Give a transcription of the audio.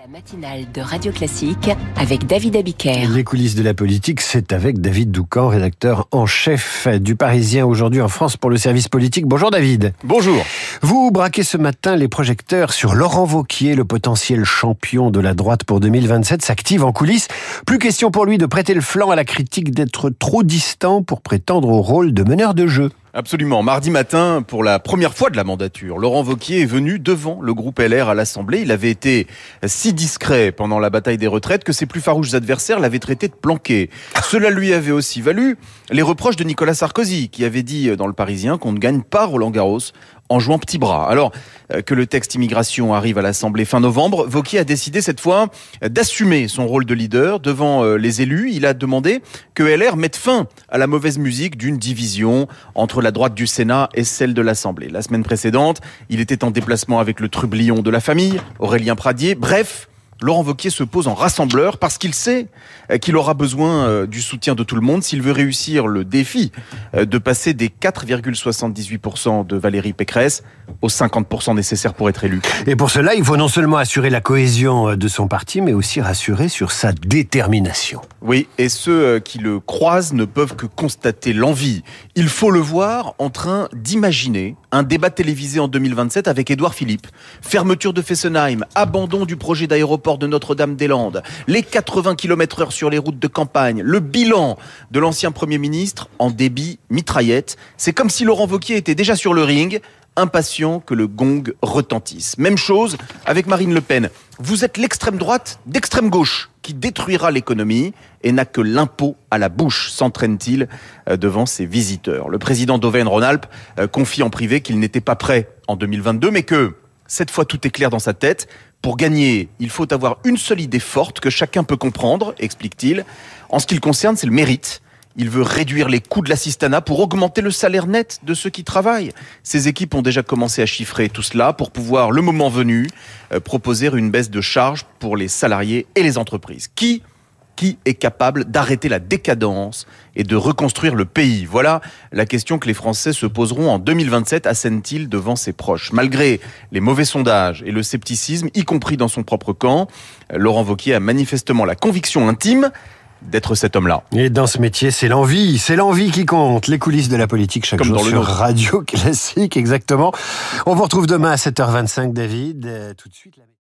La matinale de Radio Classique avec David Abiker. Les coulisses de la politique, c'est avec David Doucan, rédacteur en chef du Parisien aujourd'hui en France pour le service politique. Bonjour David. Bonjour. Vous braquez ce matin les projecteurs sur Laurent Wauquiez, le potentiel champion de la droite pour 2027, s'active en coulisses. Plus question pour lui de prêter le flanc à la critique d'être trop distant pour prétendre au rôle de meneur de jeu. Absolument. Mardi matin, pour la première fois de la mandature, Laurent Wauquiez est venu devant le groupe LR à l'Assemblée. Il avait été si discret pendant la bataille des retraites que ses plus farouches adversaires l'avaient traité de planqué. Cela lui avait aussi valu les reproches de Nicolas Sarkozy, qui avait dit dans Le Parisien qu'on ne gagne pas Roland-Garros en jouant petit bras. Alors que le texte immigration arrive à l'Assemblée fin novembre, Wauquiez a décidé cette fois d'assumer son rôle de leader devant les élus. Il a demandé que LR mette fin à la mauvaise musique d'une division entre la droite du Sénat et celle de l'Assemblée. La semaine précédente, il était en déplacement avec le trublion de la famille, Aurélien Pradier. Bref, Laurent Wauquiez se pose en rassembleur parce qu'il sait qu'il aura besoin du soutien de tout le monde s'il veut réussir le défi de passer des 4,78% de Valérie Pécresse aux 50% nécessaires pour être élu. Et pour cela, il faut non seulement assurer la cohésion de son parti, mais aussi rassurer sur sa détermination. Oui, et ceux qui le croisent ne peuvent que constater l'envie. Il faut le voir en train d'imaginer un débat télévisé en 2027 avec Édouard Philippe. Fermeture de Fessenheim, abandon du projet d'aéroport de Notre-Dame-des-Landes, les 80 km/h sur les routes de campagne, le bilan de l'ancien Premier ministre en débit mitraillette. C'est comme si Laurent Wauquiez était déjà sur le ring, impatient que le gong retentisse. Même chose avec Marine Le Pen. Vous êtes l'extrême droite d'extrême gauche qui détruira l'économie et n'a que l'impôt à la bouche, s'entraîne-t-il devant ses visiteurs. Le président d'Auvergne-Rhône-Alpes confie en privé qu'il n'était pas prêt en 2022, mais que cette fois tout est clair dans sa tête. Pour gagner, il faut avoir une seule idée forte que chacun peut comprendre, explique-t-il. En ce qui le concerne, c'est le mérite. Il veut réduire les coûts de l'assistanat pour augmenter le salaire net de ceux qui travaillent. Ses équipes ont déjà commencé à chiffrer tout cela pour pouvoir, le moment venu, proposer une baisse de charges pour les salariés et les entreprises. Qui est capable d'arrêter la décadence et de reconstruire le pays? Voilà la question que les Français se poseront en 2027, assène-t-il devant ses proches. Malgré les mauvais sondages et le scepticisme, y compris dans son propre camp, Laurent Wauquiez a manifestement la conviction intime d'être cet homme-là. Et dans ce métier, c'est l'envie qui compte. Les coulisses de la politique chaque jour sur Radio Classique, exactement. On vous retrouve demain à 7h25, David. Tout de suite,